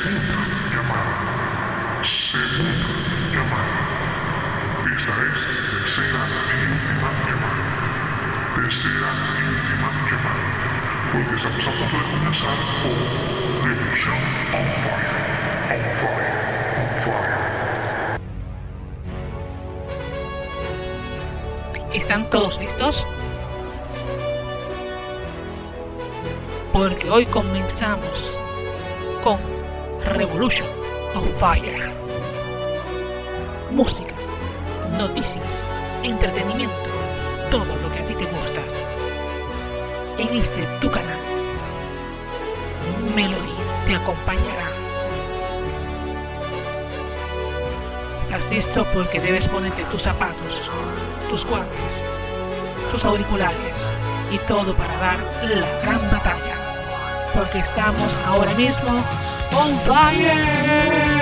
Segunda llamada. Esta es tercera y última llamada. Tercera y última llamada. Porque estamos a punto de comenzar con Revolution on Fire. On Fire. On Fire. ¿Están todos listos? Porque hoy comenzamos con Revolution on Fire. Música, noticias, entretenimiento, todo lo que a ti te gusta. En este tu canal, Melody te acompañará. ¿Estás listo? Porque debes ponerte tus zapatos, tus guantes, tus auriculares y todo para dar la gran batalla. Porque estamos ahora mismo on fire.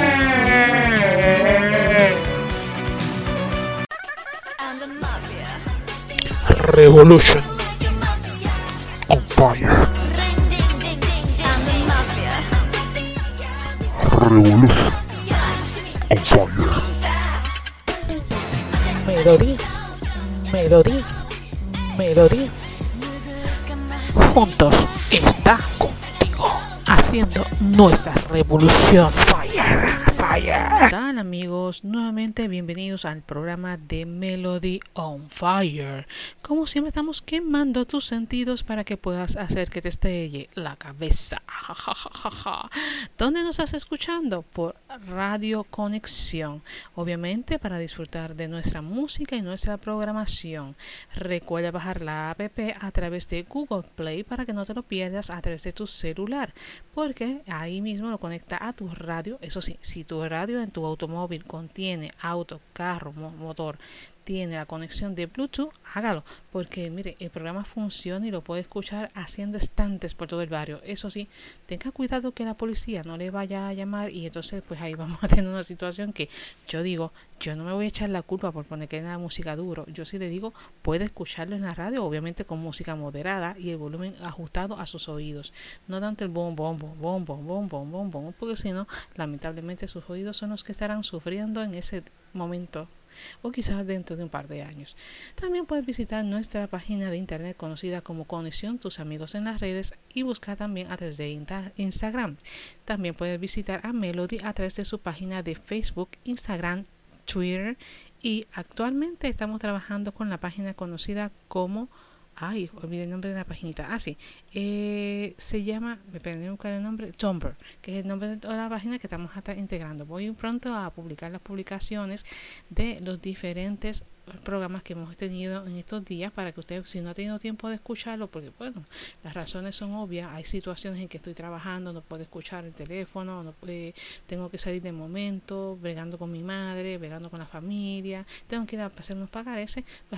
Revolution on fire. Revolution on Fire. Melody, Melody, Melody. Juntos está contigo haciendo nuestra revolución fire, fire. ¿Qué tal, amigos? Nuevamente bienvenidos al programa de Melody on Fire. Como siempre estamos quemando tus sentidos para que puedas hacer que te estelle la cabeza. ¿Dónde nos estás escuchando? Por Radio Conexión. Obviamente para disfrutar de nuestra música y nuestra programación. Recuerda bajar la app a través de Google Play para que no te lo pierdas a través de tu celular, porque ahí mismo lo conecta a tu radio. Eso sí, si tu radio en tu automóvil contiene auto, carro, motor, tiene la conexión de Bluetooth, hágalo, porque mire, el programa funciona y lo puede escuchar haciendo estantes por todo el barrio. Eso sí, tenga cuidado que la policía no le vaya a llamar y entonces pues ahí vamos a tener una situación que yo digo, yo no me voy a echar la culpa por poner que la música duro. Yo sí le digo, puede escucharlo en la radio, obviamente con música moderada y el volumen ajustado a sus oídos. No tanto el bom, bom, bom, bom, bom, bom, bom, bom, bom, porque si no, lamentablemente sus oídos son los que estarán sufriendo en ese momento, o quizás dentro de un par de años. También puedes visitar nuestra página de internet conocida como Conexión Tus Amigos en las Redes y buscar también a través de Instagram. También puedes visitar a Melody a través de su página de Facebook, Instagram, Twitter, y actualmente estamos trabajando con la página conocida como olvidé el nombre de la paginita. Se llama, me perdí de buscar el nombre, Tumblr, que es el nombre de toda la página que estamos integrando. Voy pronto a publicar las publicaciones de los diferentes programas que hemos tenido en estos días para que usted, si no ha tenido tiempo de escucharlo, porque bueno, las razones son obvias, hay situaciones en que estoy trabajando, no puedo escuchar el teléfono, tengo que salir de momento, bregando con mi madre, bregando con la familia, tengo que ir a hacer unos pagares, pues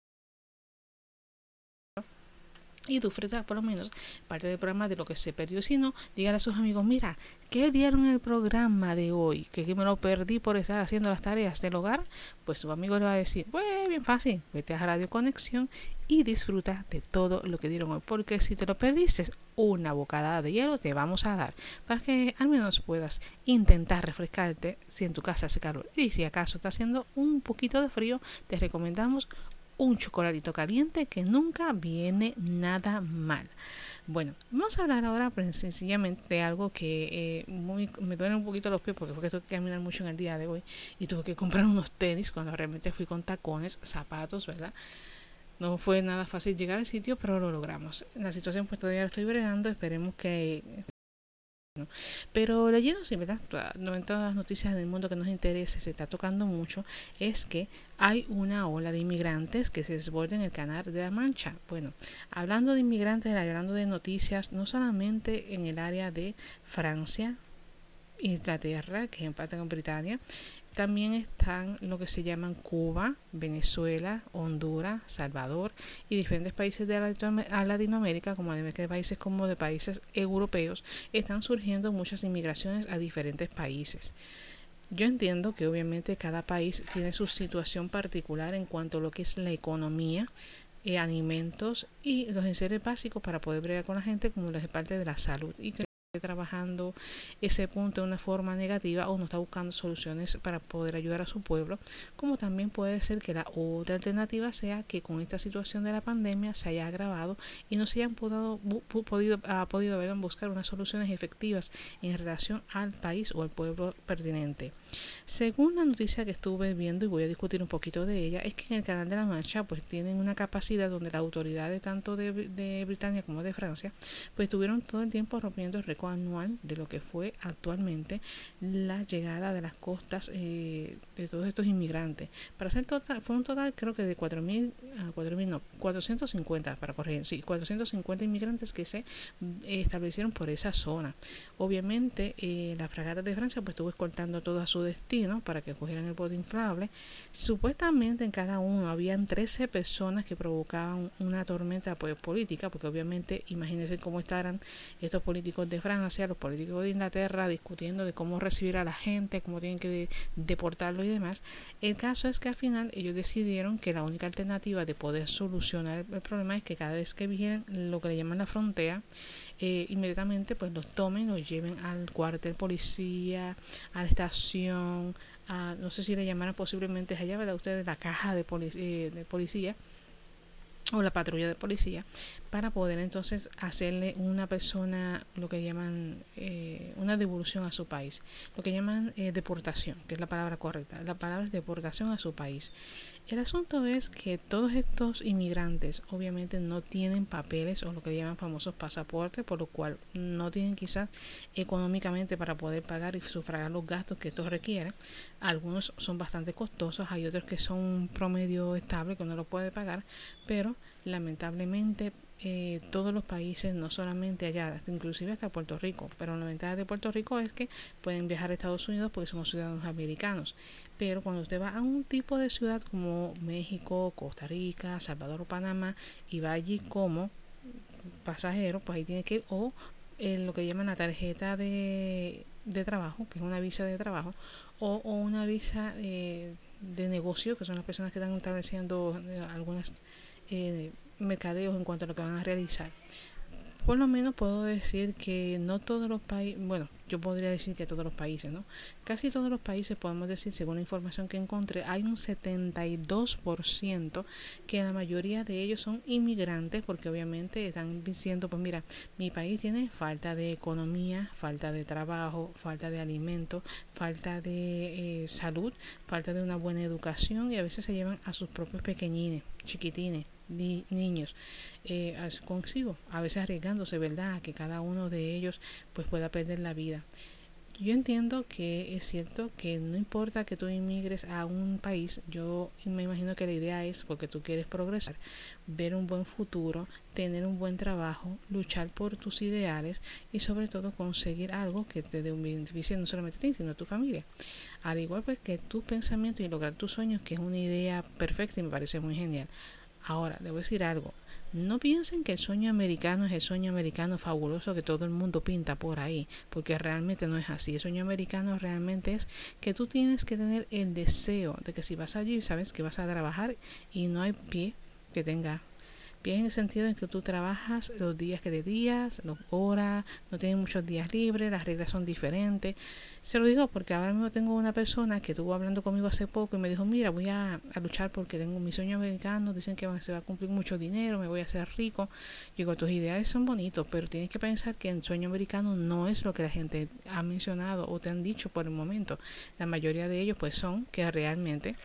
y disfruta por lo menos parte del programa de lo que se perdió. Si no, dígale a sus amigos, mira, ¿qué dieron en el programa de hoy? Que me lo perdí por estar haciendo las tareas del hogar. Pues su amigo le va a decir, pues bien fácil, vete a Radio Conexión y disfruta de todo lo que dieron hoy, porque si te lo perdiste, una bocada de hielo te vamos a dar para que al menos puedas intentar refrescarte si en tu casa hace calor, y si acaso está haciendo un poquito de frío, te recomendamos un chocolatito caliente, que nunca viene nada mal. Bueno, vamos a hablar ahora pues, sencillamente de algo que me duele un poquito los pies, porque tuve que caminar mucho en el día de hoy y tuve que comprar unos tenis cuando realmente fui con tacones, zapatos, ¿verdad? No fue nada fácil llegar al sitio, pero lo logramos. La situación pues todavía la estoy bregando, esperemos que... Pero leyendo, sí, ¿verdad? Todas las noticias del mundo que nos interesa, se está tocando mucho, es que hay una ola de inmigrantes que se desborda en el Canal de la Mancha. Bueno, hablando de inmigrantes, hablando de noticias, no solamente en el área de Francia, Inglaterra, que empata con Britania, también están lo que se llaman Cuba, Venezuela, Honduras, Salvador y diferentes países de Latinoamérica, como además de países como de países europeos, están surgiendo muchas inmigraciones a diferentes países. Yo entiendo que obviamente cada país tiene su situación particular en cuanto a lo que es la economía, alimentos y los enseres básicos para poder bregar con la gente, como es parte de la salud. Y trabajando ese punto de una forma negativa o no está buscando soluciones para poder ayudar a su pueblo, como también puede ser que la otra alternativa sea que con esta situación de la pandemia se haya agravado y no se hayan podido buscar unas soluciones efectivas en relación al país o al pueblo pertinente. Según la noticia que estuve viendo, y voy a discutir un poquito de ella, es que en el Canal de la Mancha pues tienen una capacidad donde las autoridades tanto de Britania como de Francia pues estuvieron todo el tiempo rompiendo el récord anual de lo que fue actualmente la llegada de las costas de todos estos inmigrantes. Para hacer total, fue un total creo que de 450, para corregir, sí, 450 inmigrantes que se establecieron por esa zona. Obviamente la fragata de Francia pues estuvo escoltando todo a su destino para que cogieran el bote inflable. Supuestamente en cada uno habían 13 personas que provocaban una tormenta pues, política, porque obviamente imagínense cómo estarán estos políticos de Francia, los políticos de Inglaterra discutiendo de cómo recibir a la gente, cómo tienen que deportarlo y demás. El caso es que al final ellos decidieron que la única alternativa de poder solucionar el problema es que cada vez que vigilen lo que le llaman la frontera, inmediatamente pues los tomen, los lleven al cuartel policía, a la estación, no sé si le llamaran posiblemente allá, ¿verdad? Ustedes la caja de policía o la patrulla de policía, para poder entonces hacerle una persona lo que llaman una devolución a su país, lo que llaman deportación, que es la palabra correcta. La palabra es deportación a su país. El asunto es que todos estos inmigrantes obviamente no tienen papeles o lo que llaman famosos pasaportes, por lo cual no tienen quizás económicamente para poder pagar y sufragar los gastos que esto requiere. Algunos son bastante costosos, hay otros que son un promedio estable que no lo puede pagar, pero lamentablemente todos los países, no solamente allá, inclusive hasta Puerto Rico, pero la ventaja de Puerto Rico es que pueden viajar a Estados Unidos porque somos ciudadanos americanos, pero cuando usted va a un tipo de ciudad como México, Costa Rica, Salvador o Panamá y va allí como pasajero, pues ahí tiene que ir o lo que llaman la tarjeta de trabajo, que es una visa de trabajo, o una visa de negocio, que son las personas que están estableciendo algunas mercadeos en cuanto a lo que van a realizar. Por lo menos puedo decir que no todos los países, bueno, yo podría decir que todos los países, ¿no? Casi todos los países, podemos decir, según la información que encontré, hay un 72% que la mayoría de ellos son inmigrantes, porque obviamente están diciendo, pues mira, mi país tiene falta de economía, falta de trabajo, falta de alimento, falta de salud, falta de una buena educación, y a veces se llevan a sus propios pequeñines, chiquitines, niños consigo, a veces arriesgándose, ¿verdad?, a que cada uno de ellos pues pueda perder la vida. Yo entiendo que es cierto que no importa que tú inmigres a un país, yo me imagino que la idea es porque tú quieres progresar, ver un buen futuro, tener un buen trabajo, luchar por tus ideales y sobre todo conseguir algo que te dé un beneficio no solamente a ti, sino a tu familia. Al igual pues que tu pensamiento y lograr tus sueños, que es una idea perfecta y me parece muy genial. Ahora, debo decir algo. No piensen que el sueño americano es el sueño americano fabuloso que todo el mundo pinta por ahí, porque realmente no es así. El sueño americano realmente es que tú tienes que tener el deseo de que si vas allí, sabes que vas a trabajar y no hay pie que tenga. Pie en el sentido en que tú trabajas los días que de días, las horas, no tienes muchos días libres, las reglas son diferentes. Se lo digo porque ahora mismo tengo una persona que estuvo hablando conmigo hace poco y me dijo, mira, voy a luchar porque tengo mi sueño americano, dicen que se va a cumplir mucho dinero, me voy a hacer rico. Digo, tus ideales son bonitos, pero tienes que pensar que el sueño americano no es lo que la gente ha mencionado o te han dicho por el momento. La mayoría de ellos pues son que realmente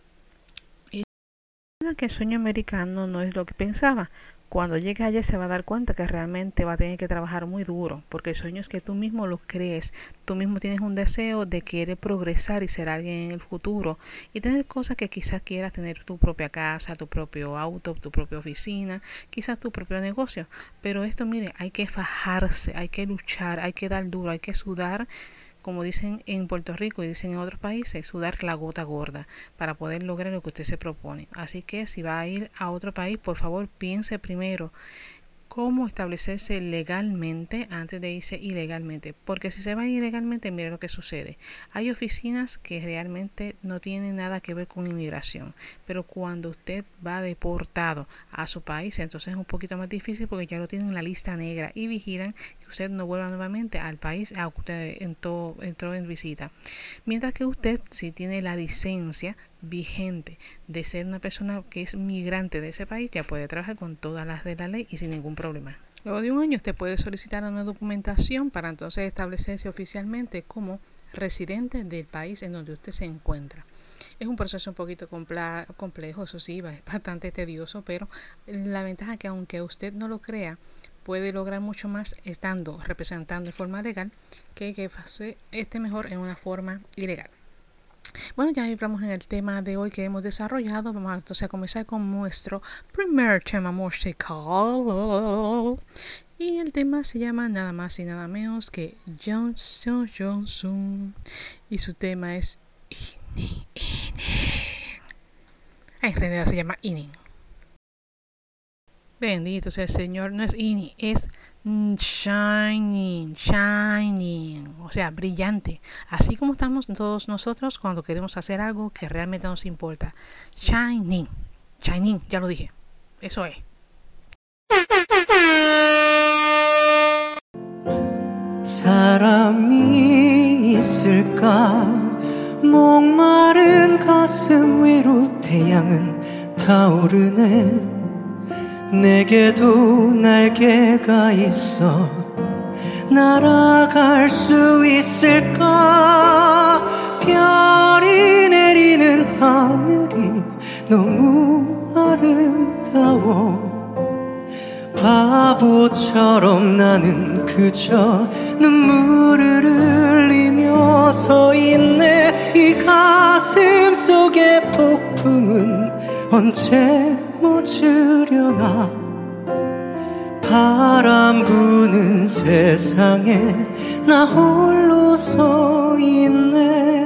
que el sueño americano no es lo que pensaba. Cuando llegue allá se va a dar cuenta que realmente va a tener que trabajar muy duro, porque el sueño es que tú mismo lo crees, tú mismo tienes un deseo de querer progresar y ser alguien en el futuro y tener cosas que quizás quieras tener, tu propia casa, tu propio auto, tu propia oficina, quizás tu propio negocio. Pero esto, mire, hay que fajarse, hay que luchar, hay que dar duro, hay que sudar, como dicen en Puerto Rico y dicen en otros países, sudar la gota gorda para poder lograr lo que usted se propone. Así que si va a ir a otro país, por favor piense primero cómo establecerse legalmente antes de irse ilegalmente, porque si se va ilegalmente, mire lo que sucede. Hay oficinas que realmente no tienen nada que ver con inmigración, pero cuando usted va deportado a su país, entonces es un poquito más difícil porque ya lo tienen en la lista negra y vigilan que que usted no vuelva nuevamente al país a que usted entró en visita. Mientras que usted, si tiene la licencia vigente de ser una persona que es migrante de ese país, ya puede trabajar con todas las de la ley y sin ningún problema. Luego de un año usted puede solicitar una documentación para entonces establecerse oficialmente como residente del país en donde usted se encuentra. Es un proceso un poquito complejo, eso sí, es bastante tedioso, pero la ventaja es que aunque usted no lo crea, puede lograr mucho más estando representando en forma legal que esté mejor en una forma ilegal. Bueno, ya entramos en el tema de hoy que hemos desarrollado. Vamos entonces a comenzar con nuestro primer tema musical. Y el tema se llama nada más y nada menos que Johnson. Y su tema es Inning. En realidad se llama Inning. Bendito sea el Señor, no es Inning, es shining, o sea, brillante. Así como estamos todos nosotros cuando queremos hacer algo que realmente nos importa. Shining, ya lo dije. Eso es. 사람이 있을까 목마른 가슴 위로 태양은 타오르네 내게도 날개가 있어 날아갈 수 있을까 별이 내리는 하늘이 너무 아름다워 바보처럼 나는 그저 눈물을 흘리며 서 있네 이 가슴 속의 폭풍은 언제 멎으려나 바람 부는 세상에 나 홀로 서 있네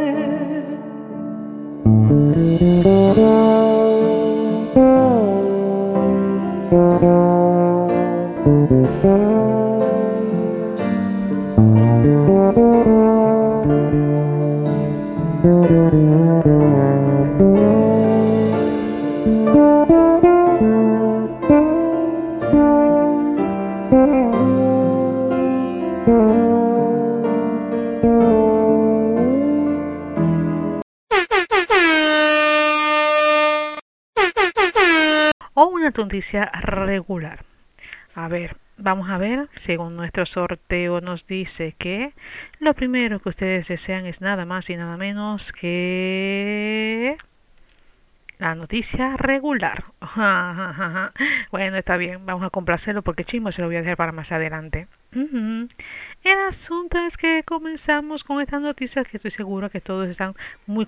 O una noticia regular. A ver, vamos a ver, según nuestro sorteo nos dice que lo primero que ustedes desean es nada más y nada menos que la noticia regular. Bueno, está bien, vamos a complacerlo porque chismo se lo voy a dejar para más adelante. El asunto es que comenzamos con estas noticias que estoy seguro que todos están muy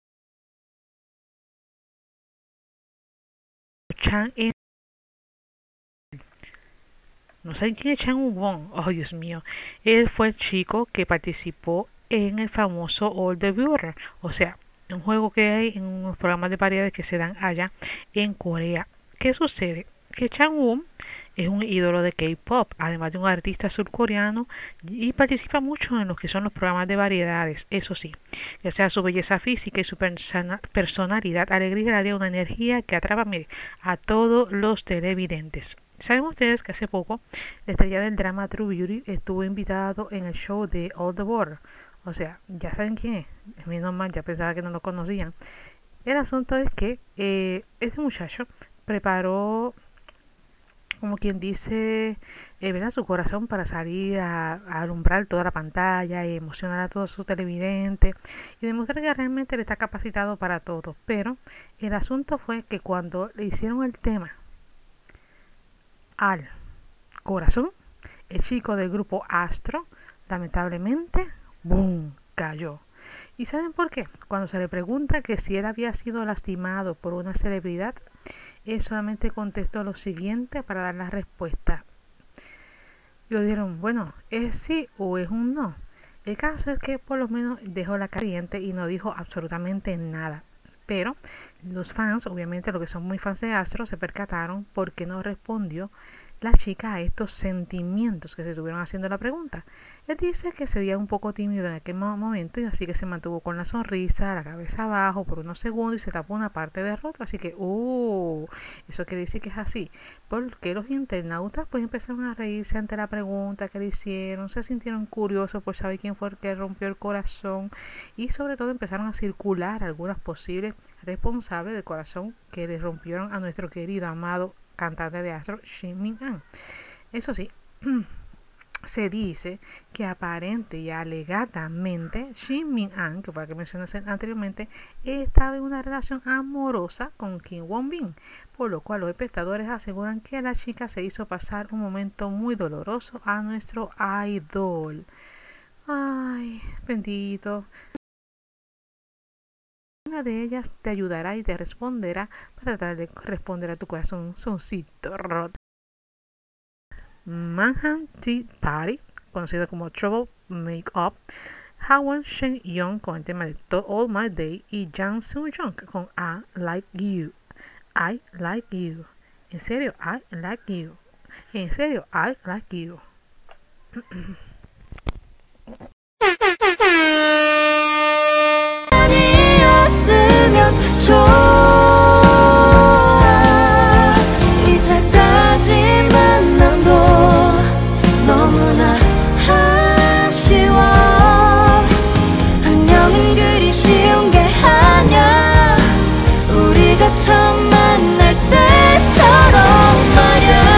no saben quién es Chan Won. Oh, Dios mío. Él fue el chico que participó en el famoso All the Viewer. O sea, un juego que hay en unos programas de variedades que se dan allá en Corea. ¿Qué sucede? Que Chan Won es un ídolo de K-pop, además de un artista surcoreano, y participa mucho en lo que son los programas de variedades. Eso sí, ya sea su belleza física y su personalidad, alegra una energía que atrapa a todos los televidentes. Saben ustedes que hace poco la estrella del drama True Beauty estuvo invitado en el show de All the World. O sea, ya saben quién es. Menos mal, ya pensaba que no lo conocían. El asunto es que este muchacho preparó, como quien dice, ¿verdad?, su corazón para salir a alumbrar toda la pantalla y emocionar a todos sus televidentes y demostrar que realmente le está capacitado para todo. Pero el asunto fue que cuando le hicieron el tema al corazón, el chico del grupo Astro, lamentablemente, ¡boom!, cayó. ¿Y saben por qué? Cuando se le pregunta que si él había sido lastimado por una celebridad, él solamente contestó lo siguiente para dar la respuesta. Y lo dijeron, bueno, ¿es sí o es un no? El caso es que por lo menos dejó la caliente y no dijo absolutamente nada. Pero los fans, obviamente los que son muy fans de Astro, se percataron porque no respondió la chica a estos sentimientos que se estuvieron haciendo la pregunta. Él dice que se veía un poco tímido en aquel momento y así que se mantuvo con la sonrisa, la cabeza abajo por unos segundos y se tapó una parte del rostro. Así que, eso quiere decir que es así. Porque los internautas pues empezaron a reírse ante la pregunta que le hicieron, se sintieron curiosos por saber quién fue el que rompió el corazón y sobre todo empezaron a circular algunas posibles responsables del corazón que le rompieron a nuestro querido amado cantante de astro Shin Min-an. Eso sí, se dice que aparente y alegadamente Shin Min-an, que fue la que mencioné anteriormente, estaba en una relación amorosa con Kim Won-bin, por lo cual los espectadores aseguran que la chica se hizo pasar un momento muy doloroso a nuestro idol. Ay, bendito. Una de ellas te ayudará y te responderá para tratar de responder a tu corazoncito roto. Manhattan Tea Party, conocido como Trouble Make Up, Hwang Shen-yeon con el tema de All My Day y Jang Soo-jung con I Like You. I Like You. En serio, I Like You. En serio, I Like You. 이제까지만 남도 너무나 아쉬워. 안녕은 그리 쉬운 게 아냐. 우리가 처음 만날 때처럼 말야.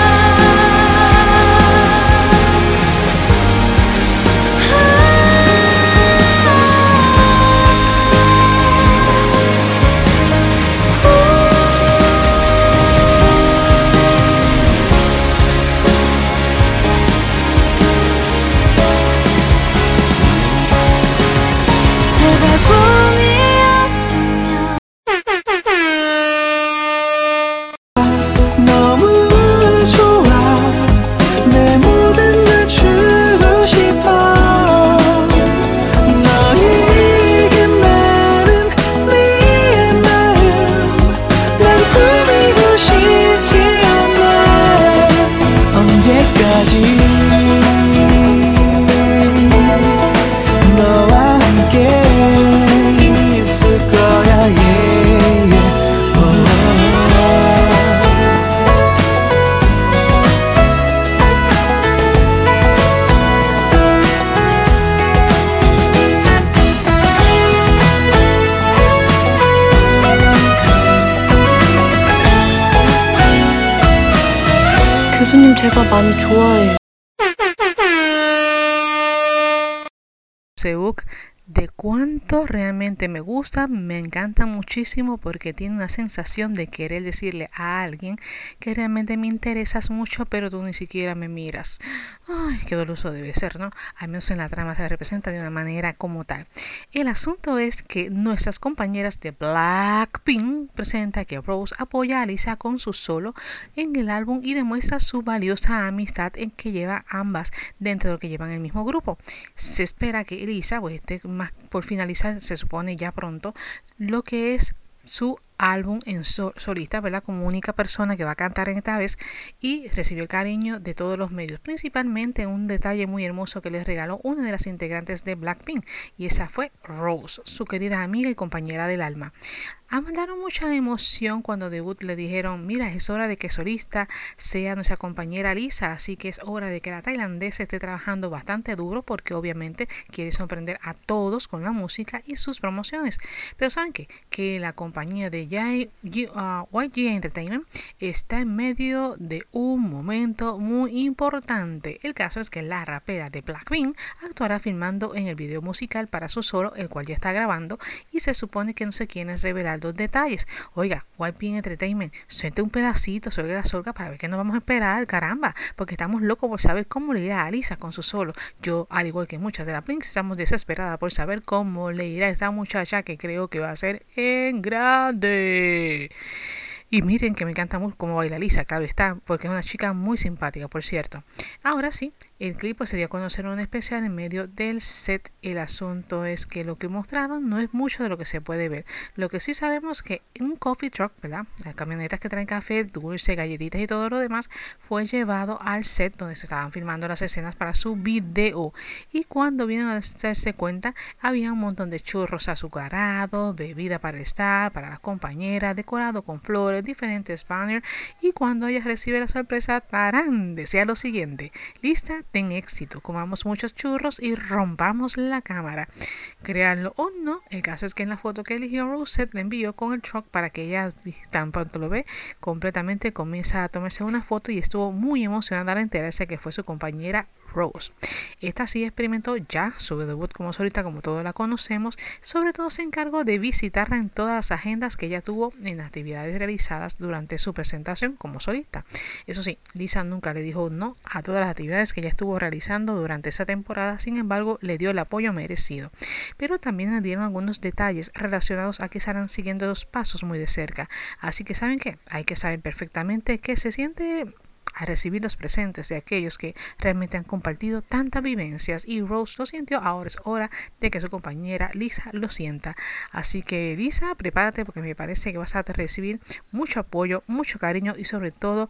교수님 제가 많이 좋아해요. Seuk, de cuánto realmente me gusta, me encanta muchísimo porque tiene una sensación de querer decirle a alguien que realmente me interesas mucho pero tú ni siquiera me miras. Ay, qué doloroso debe ser, ¿no? Al menos en la trama se representa de una manera como tal. El asunto es que nuestras compañeras de Blackpink presenta que Rose apoya a Lisa con su solo en el álbum y demuestra su valiosa amistad en que lleva ambas dentro de lo que llevan el mismo grupo. Se espera que Lisa pues, esté más por finalizar, se supone ya pronto, lo que es su álbum en solista, ¿verdad? Como única persona que va a cantar en esta vez y recibió el cariño de todos los medios, principalmente un detalle muy hermoso que les regaló una de las integrantes de Blackpink y esa fue Rose, su querida amiga y compañera del alma. Mandaron mucha emoción cuando debut le dijeron, mira, es hora de que solista sea nuestra compañera Lisa, así que es hora de que la tailandesa esté trabajando bastante duro porque obviamente quiere sorprender a todos con la música y sus promociones. Pero ¿saben qué? Que la compañía de YG Entertainment está en medio de un momento muy importante. El caso es que la rapera de Blackpink actuará filmando en el video musical para su solo, el cual ya está grabando y se supone que no se quiere revelar dos detalles. Oiga, YG Entertainment, suelte un pedacito sobre la solga para ver qué nos vamos a esperar, caramba, porque estamos locos por saber cómo le irá a Lisa con su solo. Yo, al igual que muchas de la Pink, estamos desesperadas por saber cómo le irá a esta muchacha que creo que va a ser en grande. Y miren que me encanta mucho cómo baila Lisa, claro está, porque es una chica muy simpática, por cierto. Ahora sí, El clip pues, se dio a conocer en un especial en medio del set. El asunto es que lo que mostraron no es mucho de lo que se puede ver. Lo que sí sabemos es que un coffee truck, ¿verdad? Las camionetas que traen café, dulce, galletitas y todo lo demás, fue llevado al set donde se estaban filmando las escenas para su video. Y cuando vienen a darse cuenta, había un montón de churros azucarados, bebida para el staff, para las compañeras, decorado con flores, diferentes banners. Y cuando ella recibe la sorpresa, ¡tarán!, decía lo siguiente: lista, ten éxito, comamos muchos churros y rompamos la cámara. Créanlo o no, el caso es que en la foto que eligió Rosette le envió con el truck para que ella tan pronto lo ve, completamente comienza a tomarse una foto y estuvo muy emocionada al enterarse que fue su compañera Rose. Esta sí experimentó ya su debut como solista, como todos la conocemos. Sobre todo se encargó de visitarla en todas las agendas que ella tuvo en actividades realizadas durante su presentación como solista. Eso sí, Lisa nunca le dijo no a todas las actividades que ella estuvo realizando durante esa temporada. Sin embargo, le dio el apoyo merecido. Pero también le dieron algunos detalles relacionados a que estarán siguiendo los pasos muy de cerca. Así que ¿saben qué? Hay que saber perfectamente qué se siente a recibir los presentes de aquellos que realmente han compartido tantas vivencias, y Rose lo sintió. Ahora es hora de que su compañera Lisa lo sienta. Así que Lisa, prepárate, porque me parece que vas a recibir mucho apoyo, mucho cariño y sobre todo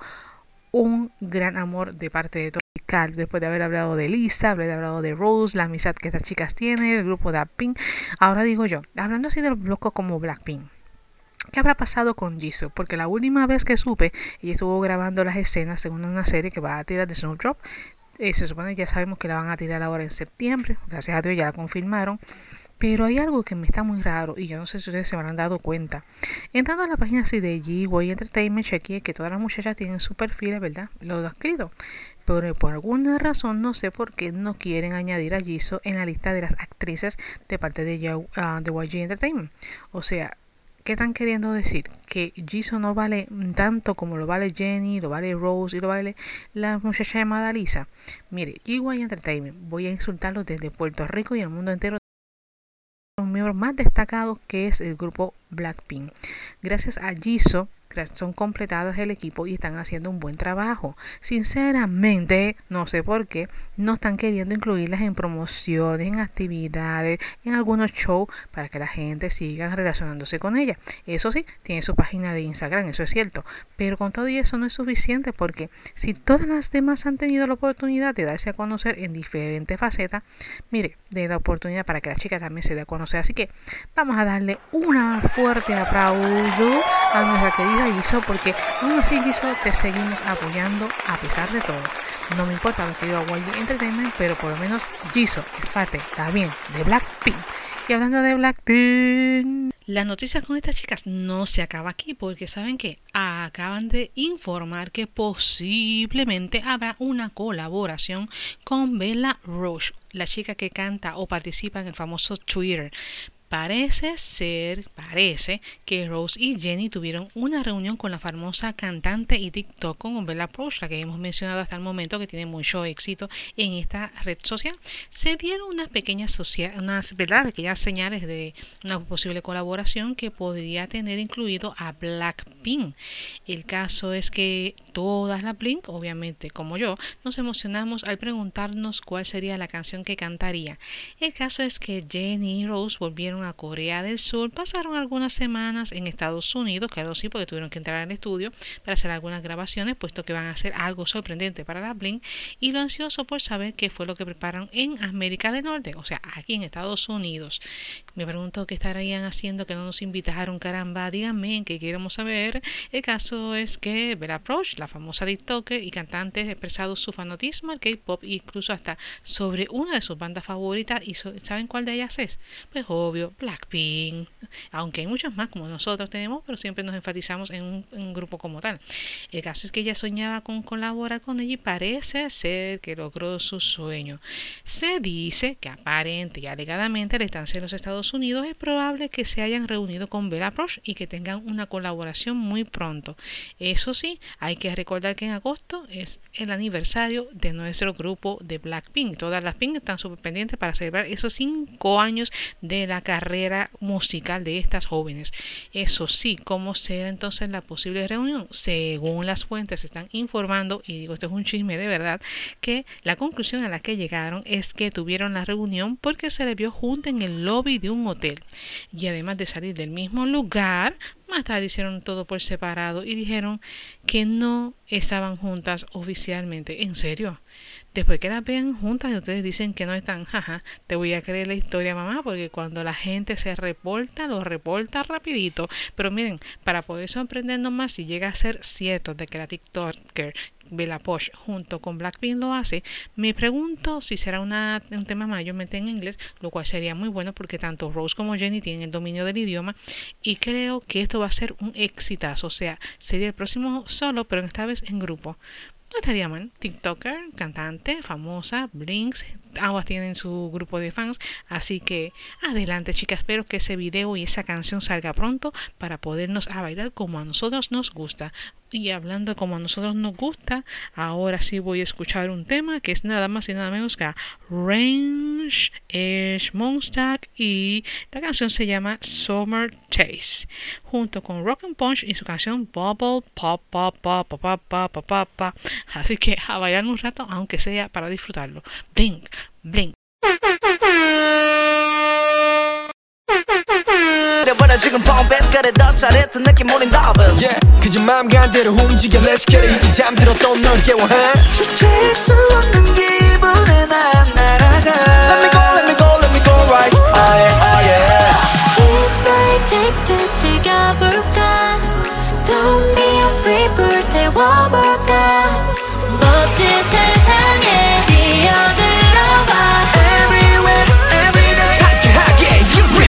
un gran amor de parte de todo. Después de haber hablado de Lisa, haber hablado de Rose, la amistad que estas chicas tienen, el grupo de Blackpink. Ahora digo yo, hablando así de los blocos como Blackpink, ¿qué habrá pasado con Jisoo? Porque la última vez que supe, ella estuvo grabando las escenas según una serie que va a tirar de Snowdrop. Se supone, ya sabemos que la van a tirar ahora en septiembre. Gracias a Dios ya la confirmaron. Pero hay algo que me está muy raro y yo no sé si ustedes se habrán dado cuenta. Entrando a la página así de G-Way Entertainment, chequeé que todas las muchachas tienen su perfil, ¿verdad? Lo he escrito. Pero por alguna razón, no sé por qué, no quieren añadir a Jisoo en la lista de las actrices de parte de YG Entertainment. O sea, ¿qué están queriendo decir? Que Jisoo no vale tanto como lo vale Jennie, lo vale Rose y lo vale la muchacha llamada Lisa. Mire, YG Entertainment, voy a insultarlos desde Puerto Rico y el mundo entero. Los miembros más destacados, que es el grupo Blackpink. Gracias a Jisoo son completadas el equipo y están haciendo un buen trabajo. Sinceramente, no sé por qué no están queriendo incluirlas en promociones, en actividades, en algunos shows para que la gente siga relacionándose con ella. Eso sí, tiene su página de Instagram, eso es cierto, pero con todo y eso no es suficiente, porque si todas las demás han tenido la oportunidad de darse a conocer en diferentes facetas, mire, de la oportunidad para que la chica también se dé a conocer. Así que vamos a darle un fuerte aplauso a nuestra querida Jisoo, porque aún así, Jisoo, te seguimos apoyando a pesar de todo. No me importa lo que diga YG Entertainment, pero por lo menos Jisoo es parte también de Blackpink. Y hablando de Blackpink, las noticias con estas chicas no se acaba aquí, porque saben que acaban de informar que posiblemente habrá una colaboración con Bella Roche, la chica que canta o participa en el famoso Twitter. Parece que Rose y Jennie tuvieron una reunión con la famosa cantante y TikTok con Bella Roche, la que hemos mencionado hasta el momento, que tiene mucho éxito en esta red social. Se dieron unas pequeñas señales de una posible colaboración que podría tener incluido a Blackpink. El caso es que todas las Blink, obviamente como yo, nos emocionamos al preguntarnos cuál sería la canción que cantaría. El caso es que Jennie y Rose volvieron a Corea del Sur, pasaron algunas semanas en Estados Unidos, claro sí, porque tuvieron que entrar al estudio para hacer algunas grabaciones, puesto que van a hacer algo sorprendente para la Blink, y lo ansioso por saber qué fue lo que preparan en América del Norte, o sea, aquí en Estados Unidos. Me pregunto qué estarían haciendo que no nos invitaron, caramba, díganme, que queremos saber. El caso es que Bella Roche, la famosa TikToker y cantante, ha expresado su fanatismo al K-pop, incluso hasta sobre una de sus bandas favoritas. ¿Y saben cuál de ellas es? Pues obvio, Blackpink, aunque hay muchas más como nosotros tenemos, pero siempre nos enfatizamos en un grupo como tal. El caso es que ella soñaba con colaborar con ella y parece ser que logró su sueño. Se dice que aparente y alegadamente la estancia en los Estados Unidos es probable que se hayan reunido con Bella Roche y que tengan una colaboración muy pronto. Eso sí, hay que que recordar que en agosto es el aniversario de nuestro grupo de Blackpink. Todas las Pink están súper pendientes para celebrar esos 5 años de la carrera musical de estas jóvenes. Eso sí, ¿cómo será entonces la posible reunión? Según las fuentes están informando, y digo, esto es un chisme de verdad, que la conclusión a la que llegaron es que tuvieron la reunión porque se les vio juntos en el lobby de un hotel. Y además de salir del mismo lugar, más tarde hicieron todo por separado y dijeron que no estaban juntas oficialmente. ¿En serio? Después que las vean juntas y ustedes dicen que no están, jaja, te voy a creer la historia, mamá, porque cuando la gente se reporta, lo reporta rapidito. Pero miren, para poder sorprendernos más, si llega a ser cierto de que la TikToker Bella Posh junto con Blackpink lo hace, me pregunto si será un tema mayormente en inglés, lo cual sería muy bueno porque tanto Rose como Jennie tienen el dominio del idioma y creo que esto va a ser un exitazo. O sea, sería el próximo solo, pero esta vez en grupo. No estaría mal. TikToker, cantante, famosa, Blinks, ambas tienen su grupo de fans, así que adelante, chicas, espero que ese video y esa canción salga pronto para podernos a bailar como a nosotros nos gusta. Y hablando como a nosotros nos gusta, ahora sí voy a escuchar un tema que es nada más y nada menos que Range es Monstack y la canción se llama Summer Taste, junto con Rock and Punch y su canción Bubble Pop Pop Pop Pop Pop Pop Pop Pop Pop. Así que a bailar un rato, aunque sea para disfrutarlo. Blink, blink. 지금 뻥백가래 더 잘했던 느낌 우린 더블 Yeah 그저 마음 간대로 움직여 Let's get it 이제 잠들어 또 널 깨워해 주체할 수 없는 기분에 난 날아가 Let me go let me go let me go right Oh yeah oh yeah It's very tasty 즐겨볼까 Don't be afraid 불태워볼까 멋진 세상에 뛰어들어봐 Everywhere everyday 상쾌하게 You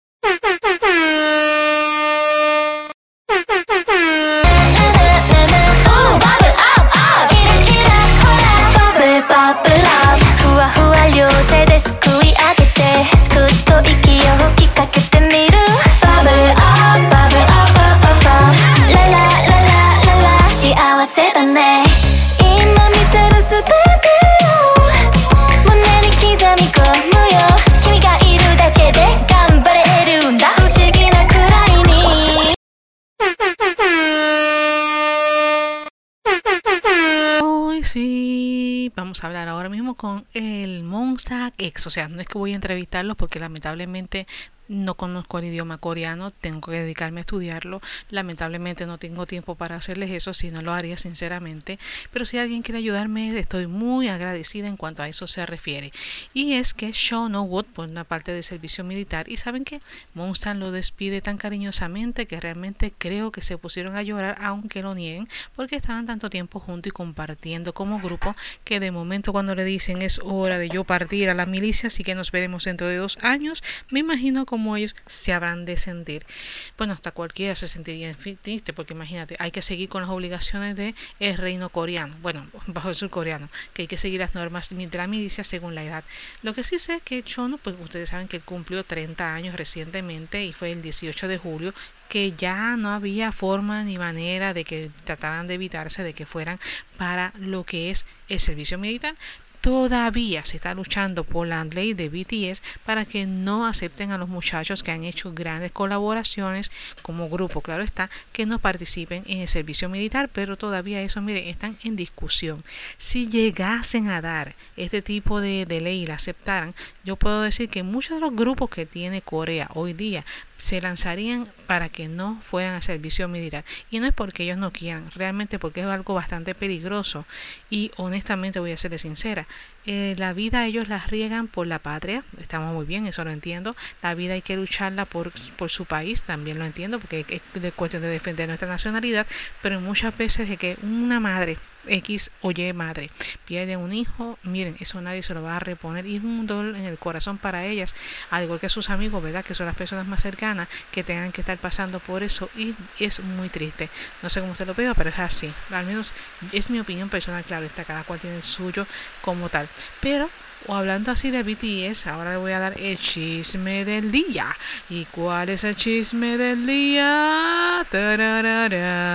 Vamos a hablar ahora mismo con el Monsta X. O sea, no es que voy a entrevistarlos porque lamentablemente no conozco el idioma coreano, tengo que dedicarme a estudiarlo. Lamentablemente no tengo tiempo para hacerles eso, si no lo haría sinceramente. Pero si alguien quiere ayudarme, estoy muy agradecida en cuanto a eso se refiere. Y es que Shaw No Wood, por una parte de servicio militar, y saben que Monsta lo despide tan cariñosamente que realmente creo que se pusieron a llorar, aunque lo nieguen, porque estaban tanto tiempo juntos y compartiendo como grupo, que de momento cuando le dicen es hora de yo partir a la milicia, así que nos veremos dentro de 2 años, me imagino como ellos se habrán de sentir. Bueno, hasta cualquiera se sentiría triste, porque imagínate, hay que seguir con las obligaciones de el reino coreano, bueno, bajo el surcoreano, que hay que seguir las normas de la milicia según la edad. Lo que sí sé es que Chono, pues ustedes saben que él cumplió 30 años recientemente y fue el 18 de julio, que ya no había forma ni manera de que trataran de evitarse de que fueran para lo que es el servicio militar. Todavía se está luchando por la ley de BTS para que no acepten a los muchachos que han hecho grandes colaboraciones como grupo, claro está, que no participen en el servicio militar, pero todavía eso, miren, están en discusión. Si llegasen a dar este tipo de ley y la aceptaran, yo puedo decir que muchos de los grupos que tiene Corea hoy día se lanzarían para que no fueran a servicio militar, y no es porque ellos no quieran, realmente porque es algo bastante peligroso. Y honestamente voy a serles sincera, la vida ellos la riegan por la patria, estamos muy bien, eso lo entiendo. La vida hay que lucharla por su país, también lo entiendo, porque es de cuestión de defender nuestra nacionalidad, pero muchas veces es que una madre X o Y madre pierde un hijo, miren, eso nadie se lo va a reponer y es un dolor en el corazón para ellas, al igual que sus amigos, ¿verdad? Que son las personas más cercanas que tengan que estar pasando por eso, y es muy triste. No sé cómo usted lo vea, pero es así, al menos es mi opinión personal, claro está, cada cual tiene el suyo como tal. Pero o hablando así de BTS, ahora le voy a dar el chisme del día. ¿Y cuál es el chisme del día? ¡Tararara!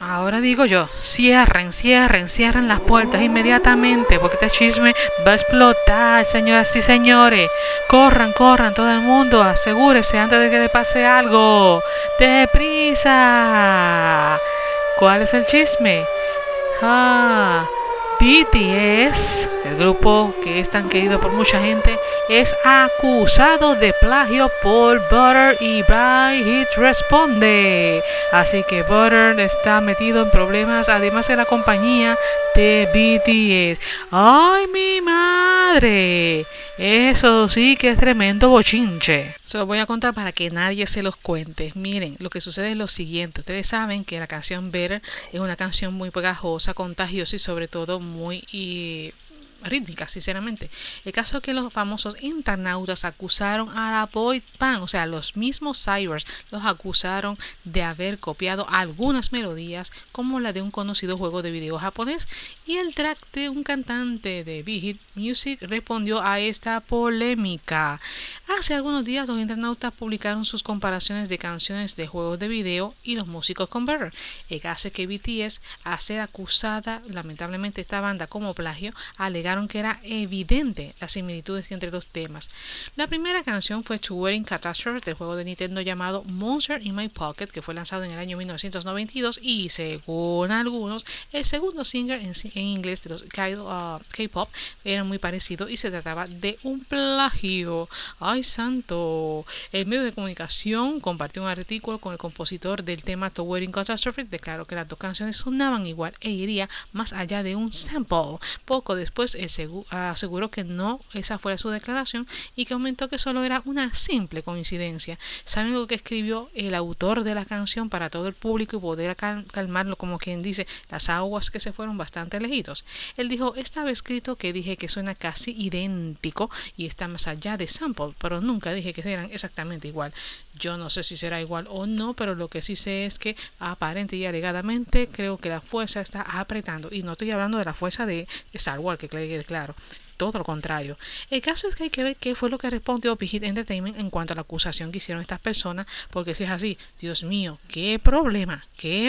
Ahora digo yo, cierren las puertas inmediatamente porque este chisme va a explotar, señoras y señores. Corran, todo el mundo, asegúrese antes de que le pase algo. ¡Deprisa! ¿Cuál es el chisme? BTS, el grupo que es tan querido por mucha gente, es acusado de plagio por Butter y Bry Hit responde. Así que Butter está metido en problemas, además de la compañía de BTS. ¡Ay, mi madre! Eso sí que es tremendo bochinche. Se lo voy a contar para que nadie se los cuente. Miren, lo que sucede es lo siguiente. Ustedes saben que la canción Better es una canción muy pegajosa, contagiosa y sobre todo muy rítmica, sinceramente. El caso es que los famosos internautas acusaron a la boy band, o sea, los mismos Cyrus, los acusaron de haber copiado algunas melodías como la de un conocido juego de video japonés, y el track de un cantante de Big Hit Music respondió a esta polémica. Hace algunos días los internautas publicaron sus comparaciones de canciones de juegos de video y los músicos con Better. El caso es que BTS, a ser acusada lamentablemente esta banda como plagio, alegaron que era evidente las similitudes entre los temas. La primera canción fue To Wedding Catastrophe del juego de Nintendo llamado Monster in My Pocket, que fue lanzado en el año 1992, y según algunos el segundo single en inglés de los K-pop era muy parecido y se trataba de un plagio. ¡Ay, santo! El medio de comunicación compartió un artículo con el compositor del tema To Wedding Catastrophe, declaró que las dos canciones sonaban igual e iría más allá de un sample. Poco después aseguró que no esa fuera su declaración y que aumentó que solo era una simple coincidencia. ¿Saben lo que escribió el autor de la canción para todo el público y poder calmarlo, como quien dice, las aguas que se fueron bastante lejitos? Él dijo: estaba escrito que dije que suena casi idéntico y está más allá de sample, pero nunca dije que eran exactamente igual. Yo no sé si será igual o no, pero lo que sí sé es que aparente y alegadamente creo que la fuerza está apretando, y no estoy hablando de la fuerza de Star Wars, que quede claro, todo lo contrario. El caso es que hay que ver qué fue lo que respondió Big Hit Entertainment en cuanto a la acusación que hicieron estas personas, porque si es así, Dios mío, qué problema.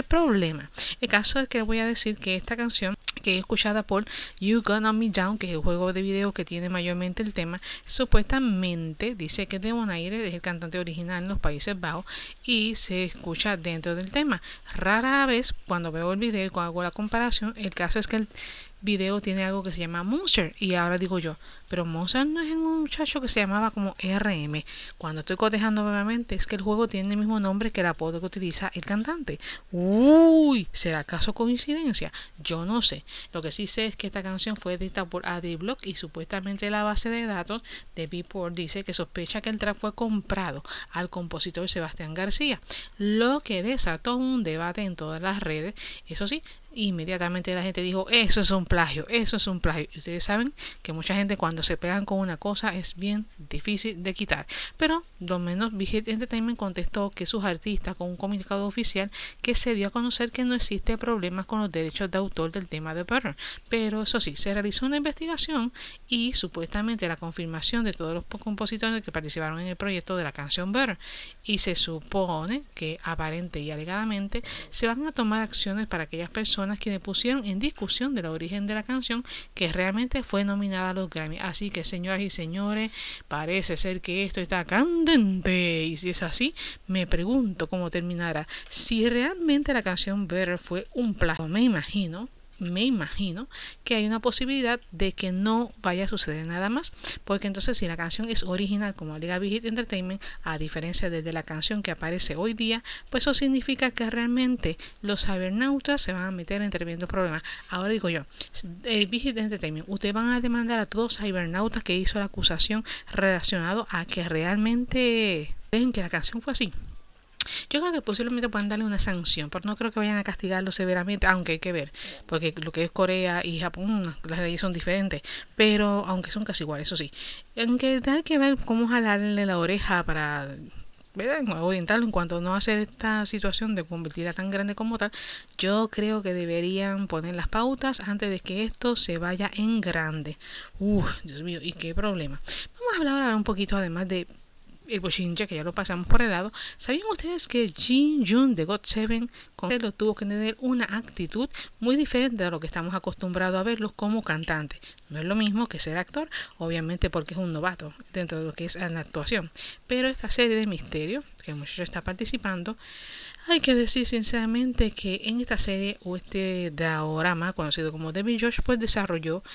El caso es que voy a decir que esta canción, que es escuchada por You Gonna Me Down, que es el juego de video que tiene mayormente el tema, supuestamente dice que de Bonaire es el cantante original en los Países Bajos y se escucha dentro del tema. Rara vez cuando veo el video y cuando hago la comparación, el caso es que el video tiene algo que se llama Monster, y ahora digo yo, pero Monster no es el muchacho que se llamaba como RM. Cuando estoy cotejando nuevamente, es que el juego tiene el mismo nombre que el apodo que utiliza el cantante. Uy, ¿será acaso coincidencia? Yo no sé. Lo que sí sé es que esta canción fue editada por Adblock y supuestamente la base de datos de Beatport dice que sospecha que el track fue comprado al compositor Sebastián García, lo que desató un debate en todas las redes. Eso sí, inmediatamente la gente dijo: eso es un plagio. Y ustedes saben que mucha gente cuando se pegan con una cosa es bien difícil de quitar, pero lo menos Big Hit Entertainment contestó que sus artistas, con un comunicado oficial que se dio a conocer que no existe problemas con los derechos de autor del tema de Butter, pero eso sí, se realizó una investigación y supuestamente la confirmación de todos los compositores que participaron en el proyecto de la canción Butter, y se supone que aparente y alegadamente se van a tomar acciones para aquellas personas quienes pusieron en discusión del origen de la canción, que realmente fue nominada a los Grammy. Así que, señoras y señores, parece ser que esto está candente, y si es así, me pregunto cómo terminará. Si realmente la canción Better fue un plagio, me imagino que hay una posibilidad de que no vaya a suceder nada más, porque entonces si la canción es original, como alega Big Hit Entertainment, a diferencia de la canción que aparece hoy día, pues eso significa que realmente los cybernautas se van a meter en tremendos problemas. Ahora digo yo, Big Hit Entertainment, ustedes van a demandar a todos los cybernautas que hizo la acusación relacionado a que realmente ven que la canción fue así. Yo creo que posiblemente puedan darle una sanción, pero no creo que vayan a castigarlo severamente, aunque hay que ver, porque lo que es Corea y Japón, las leyes son diferentes, pero aunque son casi iguales, eso sí. Aunque hay que ver cómo jalarle la oreja para, ¿verdad?, orientarlo en cuanto a no hacer esta situación de convertirla tan grande como tal. Yo creo que deberían poner las pautas antes de que esto se vaya en grande. Dios mío, y qué problema. Vamos a hablar ahora un poquito, además de el bochinche, que ya lo pasamos por el lado. ¿Sabían ustedes que Jin Yoon de GOT7 tuvo que tener una actitud muy diferente a lo que estamos acostumbrados a verlo como cantante? No es lo mismo que ser actor, obviamente, porque es un novato dentro de lo que es la actuación. Pero esta serie de misterio que el muchacho está participando, hay que decir sinceramente que en esta serie o este drama conocido como Devil Josh, pues desarrolló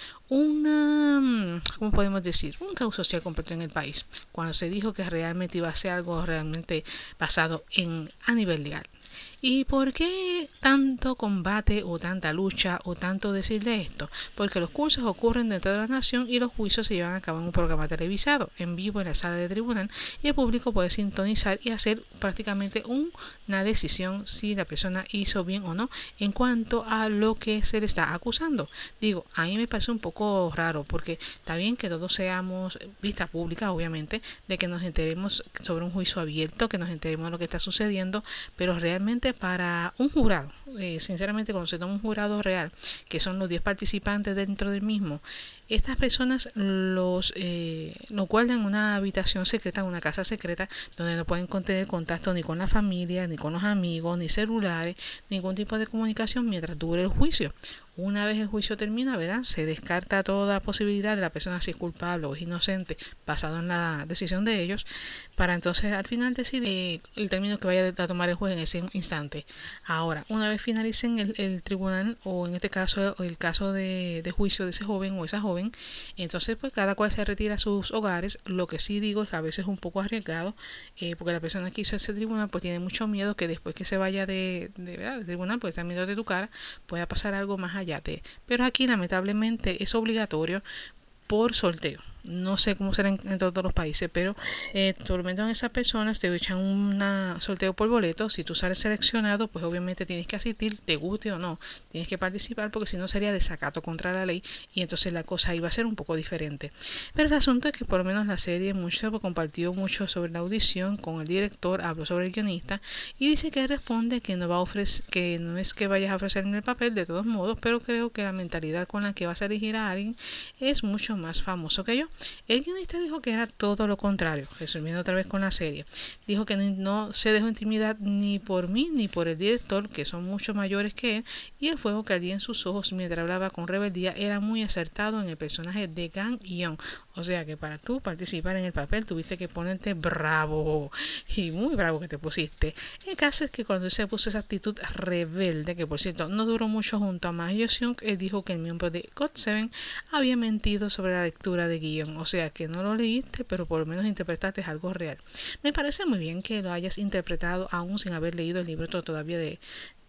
una, ¿cómo podemos decir? Un caos social completo en el país, cuando se dijo que realmente iba a ser algo realmente basado a nivel legal. ¿Y por qué tanto combate o tanta lucha o tanto decir de esto? Porque los cursos ocurren dentro de la nación y los juicios se llevan a cabo en un programa televisado, en vivo en la sala de tribunal, y el público puede sintonizar y hacer prácticamente una decisión si la persona hizo bien o no en cuanto a lo que se le está acusando. Digo, a mí me parece un poco raro, porque está bien que todos seamos vista pública, obviamente, de que nos enteremos sobre un juicio abierto, que nos enteremos de lo que está sucediendo, pero realmente para un jurado, sinceramente, cuando se toma un jurado real, que son los 10 participantes dentro del mismo, estas personas los guardan en una habitación secreta, en una casa secreta, donde no pueden tener contacto ni con la familia, ni con los amigos, ni celulares, ningún tipo de comunicación mientras dure el juicio. Una vez el juicio termina, ¿verdad?, se descarta toda posibilidad de la persona si es culpable o es inocente, basado en la decisión de ellos, para entonces al final decidir el término que vaya a tomar el juez en ese instante. Ahora, una vez finalicen el tribunal, o en este caso el caso de juicio de ese joven o esa joven, entonces pues cada cual se retira a sus hogares. Lo que sí digo es que a veces es un poco arriesgado, porque la persona que hizo ese tribunal pues tiene mucho miedo que después que se vaya del tribunal, pues está miedo de tu cara, pueda pasar algo más allá. Pero aquí lamentablemente es obligatorio por sorteo. No sé cómo será en todos los países, pero por lo menos en esas personas te echan un sorteo por boleto. Si tú sales seleccionado, pues obviamente tienes que asistir, te guste o no, tienes que participar, porque si no sería desacato contra la ley y entonces la cosa iba a ser un poco diferente. Pero el asunto es que por lo menos la serie compartió mucho sobre la audición con el director, habló sobre el guionista y dice que responde que no va a ofrecer, que no es que vayas a ofrecerme el papel de todos modos, pero creo que la mentalidad con la que vas a elegir a alguien es mucho más famoso que yo. El guionista dijo que era todo lo contrario, resumiendo otra vez con la serie. Dijo que no se dejó intimidar ni por mí ni por el director, que son mucho mayores que él, y el fuego que ardía en sus ojos mientras hablaba con rebeldía era muy acertado en el personaje de Gang Yeon. O sea que para tú participar en el papel tuviste que ponerte bravo, y muy bravo que te pusiste. El caso es que cuando él se puso esa actitud rebelde, que por cierto no duró mucho junto a Ma Hyo-seung, él dijo que el miembro de GOT7 había mentido sobre la lectura de guión. O sea que no lo leíste, pero por lo menos interpretaste algo real. Me parece muy bien que lo hayas interpretado aún sin haber leído el libreto todavía de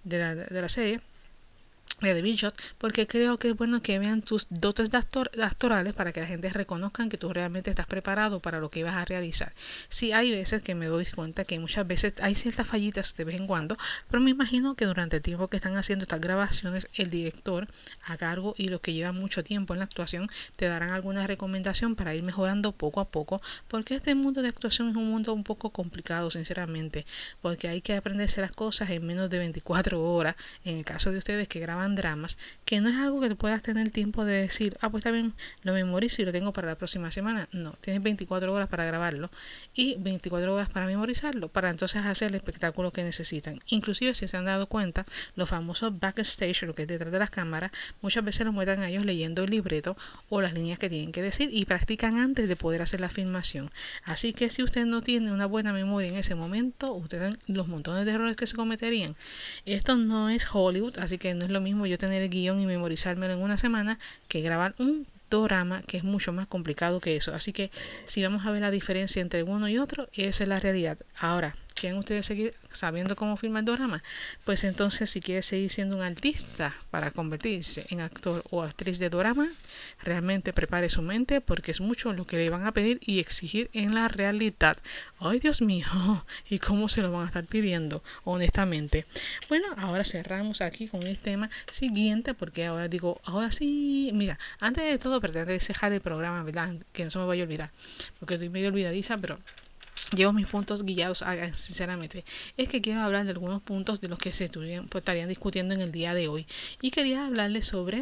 la serie de Devil Josh, porque creo que es bueno que vean tus dotes actorales para que la gente reconozcan que tú realmente estás preparado para lo que vas a realizar. Sí, hay veces que me doy cuenta que muchas veces hay ciertas fallitas de vez en cuando, pero me imagino que durante el tiempo que están haciendo estas grabaciones, el director a cargo y los que llevan mucho tiempo en la actuación te darán alguna recomendación para ir mejorando poco a poco, porque este mundo de actuación es un mundo un poco complicado, sinceramente, porque hay que aprenderse las cosas en menos de 24 horas, en el caso de ustedes que graban dramas, que no es algo que puedas tener tiempo de decir, pues también lo memorizo y lo tengo para la próxima semana. No, tienes 24 horas para grabarlo y 24 horas para memorizarlo, para entonces hacer el espectáculo que necesitan. Inclusive, si se han dado cuenta, los famosos backstage, lo que es detrás de las cámaras, muchas veces los muestran a ellos leyendo el libreto o las líneas que tienen que decir y practican antes de poder hacer la filmación. Así que si usted no tiene una buena memoria en ese momento, usted ven los montones de errores que se cometerían. Esto no es Hollywood, así que no es lo mismo yo tener el guión y memorizármelo en una semana que grabar un drama, que es mucho más complicado que eso. Así que si vamos a ver la diferencia entre uno y otro, esa es la realidad. Ahora, ¿quieren ustedes seguir sabiendo cómo filmar drama? Pues entonces, si quiere seguir siendo un artista para convertirse en actor o actriz de drama, realmente prepare su mente, porque es mucho lo que le van a pedir y exigir en la realidad. ¡Ay, Dios mío! ¿Y cómo se lo van a estar pidiendo? Honestamente. Bueno, ahora cerramos aquí con el tema siguiente, porque ahora sí, mira, antes de todo, pretendo dejar el programa, ¿verdad? Que no se me vaya a olvidar, porque estoy medio olvidadiza, pero llevo mis puntos guiados, sinceramente. Es que quiero hablar de algunos puntos de los que se estarían discutiendo en el día de hoy. Y quería hablarles sobre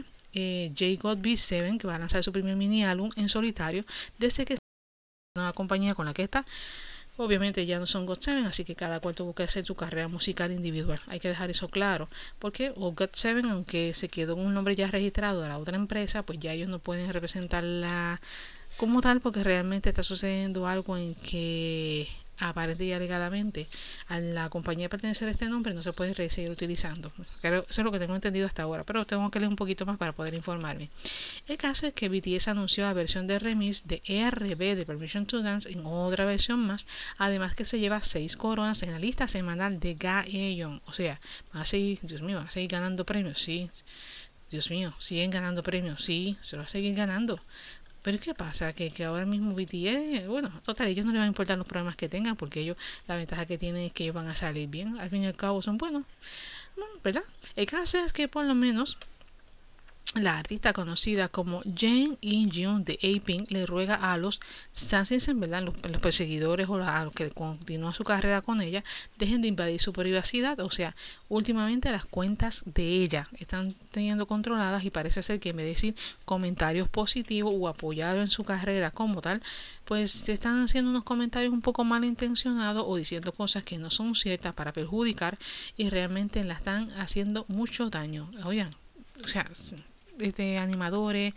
J-God-B7, que va a lanzar su primer mini álbum en solitario, desde que es una nueva compañía con la que está Obviamente ya no son GOT7, así que cada cual tuvo que hacer su carrera musical individual. Hay que dejar eso claro, porque GOT7, aunque se quedó un nombre ya registrado de la otra empresa, pues ya ellos no pueden representarla como tal, porque realmente está sucediendo algo en que aparente y alegadamente a la compañía pertenecer a este nombre no se puede seguir utilizando. Eso es lo que tengo entendido hasta ahora, pero tengo que leer un poquito más para poder informarme. El caso es que BTS anunció la versión de remix de ERB de Permission to Dance en otra versión más, además que se lleva 6 coronas en la lista semanal de Gaeon. O sea, van a seguir, Dios mío, van a seguir ganando premios, sí. Dios mío, siguen ganando premios, sí, se lo va a seguir ganando. Pero ¿qué pasa? Que ahora mismo BTS, bueno, total, ellos no les van a importar los problemas que tengan, porque ellos, la ventaja que tienen es que ellos van a salir bien. Al fin y al cabo son buenos, ¿verdad? El caso es que por lo menos la artista conocida como Jang In-jun de A-Pink le ruega a los Sansins, en verdad, los perseguidores o a los que continúan su carrera con ella, dejen de invadir su privacidad. O sea, últimamente las cuentas de ella están teniendo controladas y parece ser que en vez de decir comentarios positivos o apoyarlo en su carrera como tal, pues se están haciendo unos comentarios un poco malintencionados o diciendo cosas que no son ciertas para perjudicar y realmente la están haciendo mucho daño. Oigan, o sea, animadores,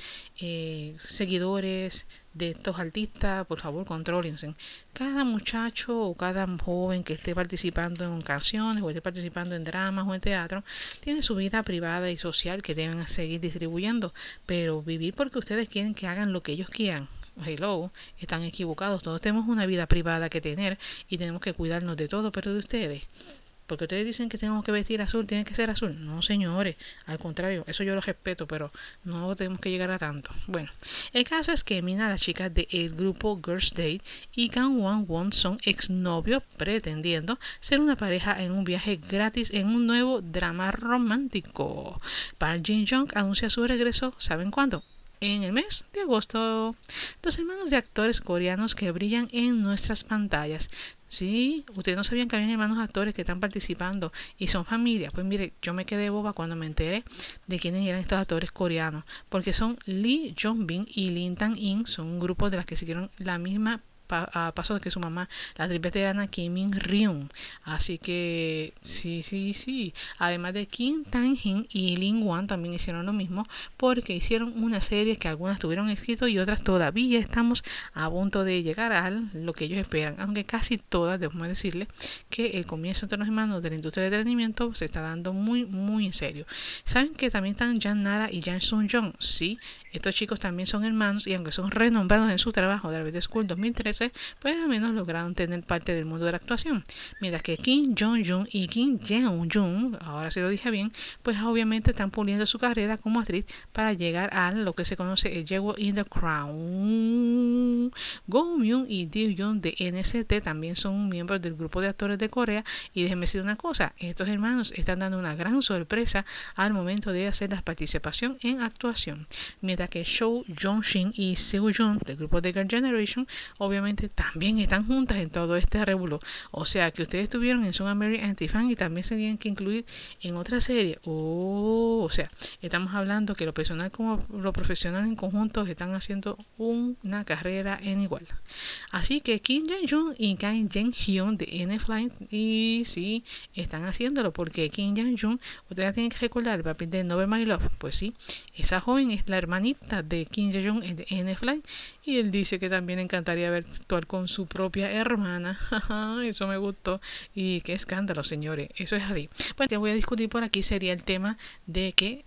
seguidores de estos artistas, por favor, contrólense. Cada muchacho o cada joven que esté participando en canciones o esté participando en dramas o en teatro tiene su vida privada y social que deben seguir distribuyendo, pero vivir porque ustedes quieren que hagan lo que ellos quieran, hello, están equivocados. Todos tenemos una vida privada que tener y tenemos que cuidarnos de todo, pero de ustedes, porque ustedes dicen que tenemos que vestir azul, tiene que ser azul. No, señores, al contrario, eso yo lo respeto, pero no tenemos que llegar a tanto. Bueno, el caso es que Mina, las chicas del grupo Girls' Day, y Kang Won son exnovios pretendiendo ser una pareja en un viaje gratis en un nuevo drama romántico. Park Jin-young anuncia su regreso, ¿saben cuándo? En el mes de agosto. Dos hermanos de actores coreanos que brillan en nuestras pantallas. Sí, ustedes no sabían que había hermanos actores que están participando y son familia. Pues mire, yo me quedé boba cuando me enteré de quiénes eran estos actores coreanos, porque son Lee Jong-bin y Lin Tang-in, son un grupo de las que siguieron la misma a paso de que su mamá, la actriz veterana Kim Min-ryun. Así que sí. Además de Kim Tang-hin y Lin Wan también hicieron lo mismo, porque hicieron una serie que algunas tuvieron éxito y otras todavía estamos a punto de llegar a lo que ellos esperan, aunque casi todas, debemos decirles que el comienzo entre los hermanos de la industria del entretenimiento se está dando muy en serio. ¿Saben que también están Jan Nara y Jan Sung-jong? Sí, estos chicos también son hermanos y aunque son renombrados en su trabajo de Harvard School 2013, pues al menos lograron tener parte del mundo de la actuación. Mientras que Kim Jong-un y Kim Jeong-jun, ahora sí lo dije bien, pues obviamente están puliendo su carrera como actriz para llegar a lo que se conoce el Jewel in the Crown. Go Myung y Dee Yoon de NCT también son miembros del grupo de actores de Corea y déjenme decir una cosa, estos hermanos están dando una gran sorpresa al momento de hacer la participación en actuación. Mientras que Cho Jong-shin y Seo Jun del grupo de Girl Generation obviamente también están juntas en todo este revuelo. O sea que ustedes estuvieron en Son Mary Anti-Fan y también se tienen que incluir en otra serie. O sea, estamos hablando que lo personal como lo profesional en conjunto están haciendo una carrera en igual. Así que Kim Jae-jung y Kang Jae-hyun de N-Flying y sí, están haciéndolo porque Kim Jae-jung, ustedes tienen que recordar el papel de Never My Love. Pues sí, esa joven es la hermanita de Kim Jae-jung de N-Flying y él dice que también le encantaría ver actuar con su propia hermana. Eso me gustó y qué escándalo, señores, eso es así. Pues te voy a discutir por aquí sería el tema de que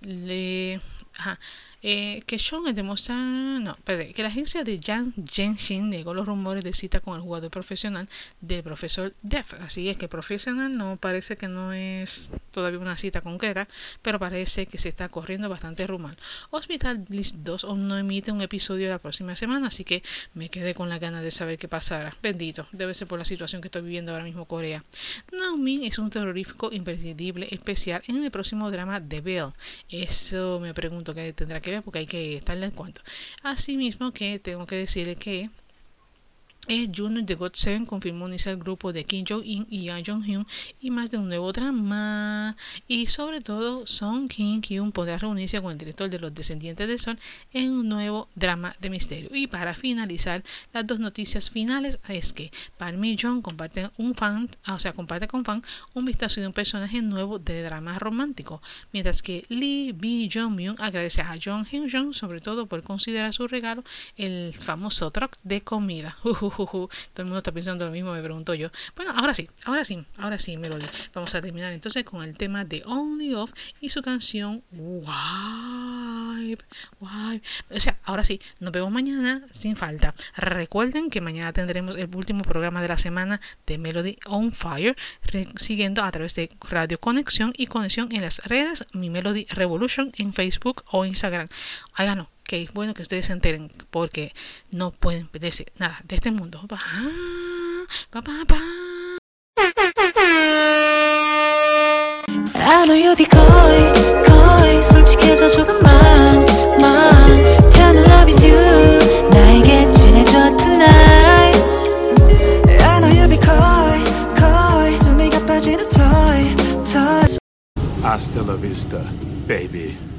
que Sean demuestra que la agencia de Yang Genshin negó los rumores de cita con el jugador profesional del profesor Def. Así es que profesional no parece que no es todavía una cita concreta, pero parece que se está corriendo bastante rumor. Hospital List 2 aún no emite un episodio la próxima semana, así que me quedé con la ganas de saber qué pasará. Bendito, debe ser por la situación que estoy viviendo ahora mismo Corea. Naomin es un terrorífico imprescindible especial en el próximo drama de Belle. Eso me pregunto qué tendrá que ver porque hay que estarle en cuenta. Asimismo que tengo que decirle que Junior de GOT7 confirmó iniciar el grupo de Kim Jong-un y Yang Jong-hyun y más de un nuevo drama. Y sobre todo, Song Kye-kyun podrá reunirse con el director de Los Descendientes del Sol en un nuevo drama de misterio. Y para finalizar, las dos noticias finales es que Park Mi-young comparte con fan un vistazo de un personaje nuevo de drama romántico, mientras que Lee Bi-jong-myun agradece a Jung Hyun-jung sobre todo por considerar su regalo el famoso truck de comida. Todo el mundo está pensando lo mismo, me pregunto yo. Bueno, ahora sí, Melody. Vamos a terminar entonces con el tema de Only Off y su canción Wipe. O sea, ahora sí, nos vemos mañana sin falta. Recuerden que mañana tendremos el último programa de la semana de Melody on Fire, siguiendo a través de Radio Conexión y Conexión en las redes Mi Melody Revolution en Facebook o Instagram. Háganlo. Que es bueno que ustedes se enteren porque no pueden perderse nada de este mundo. I know you'll be coy 솔직해져 조금만 Tell me love is you 나에게 진해져 tonight I know you'll be coy 숨이 가빠지는 toy Hasta la vista, baby.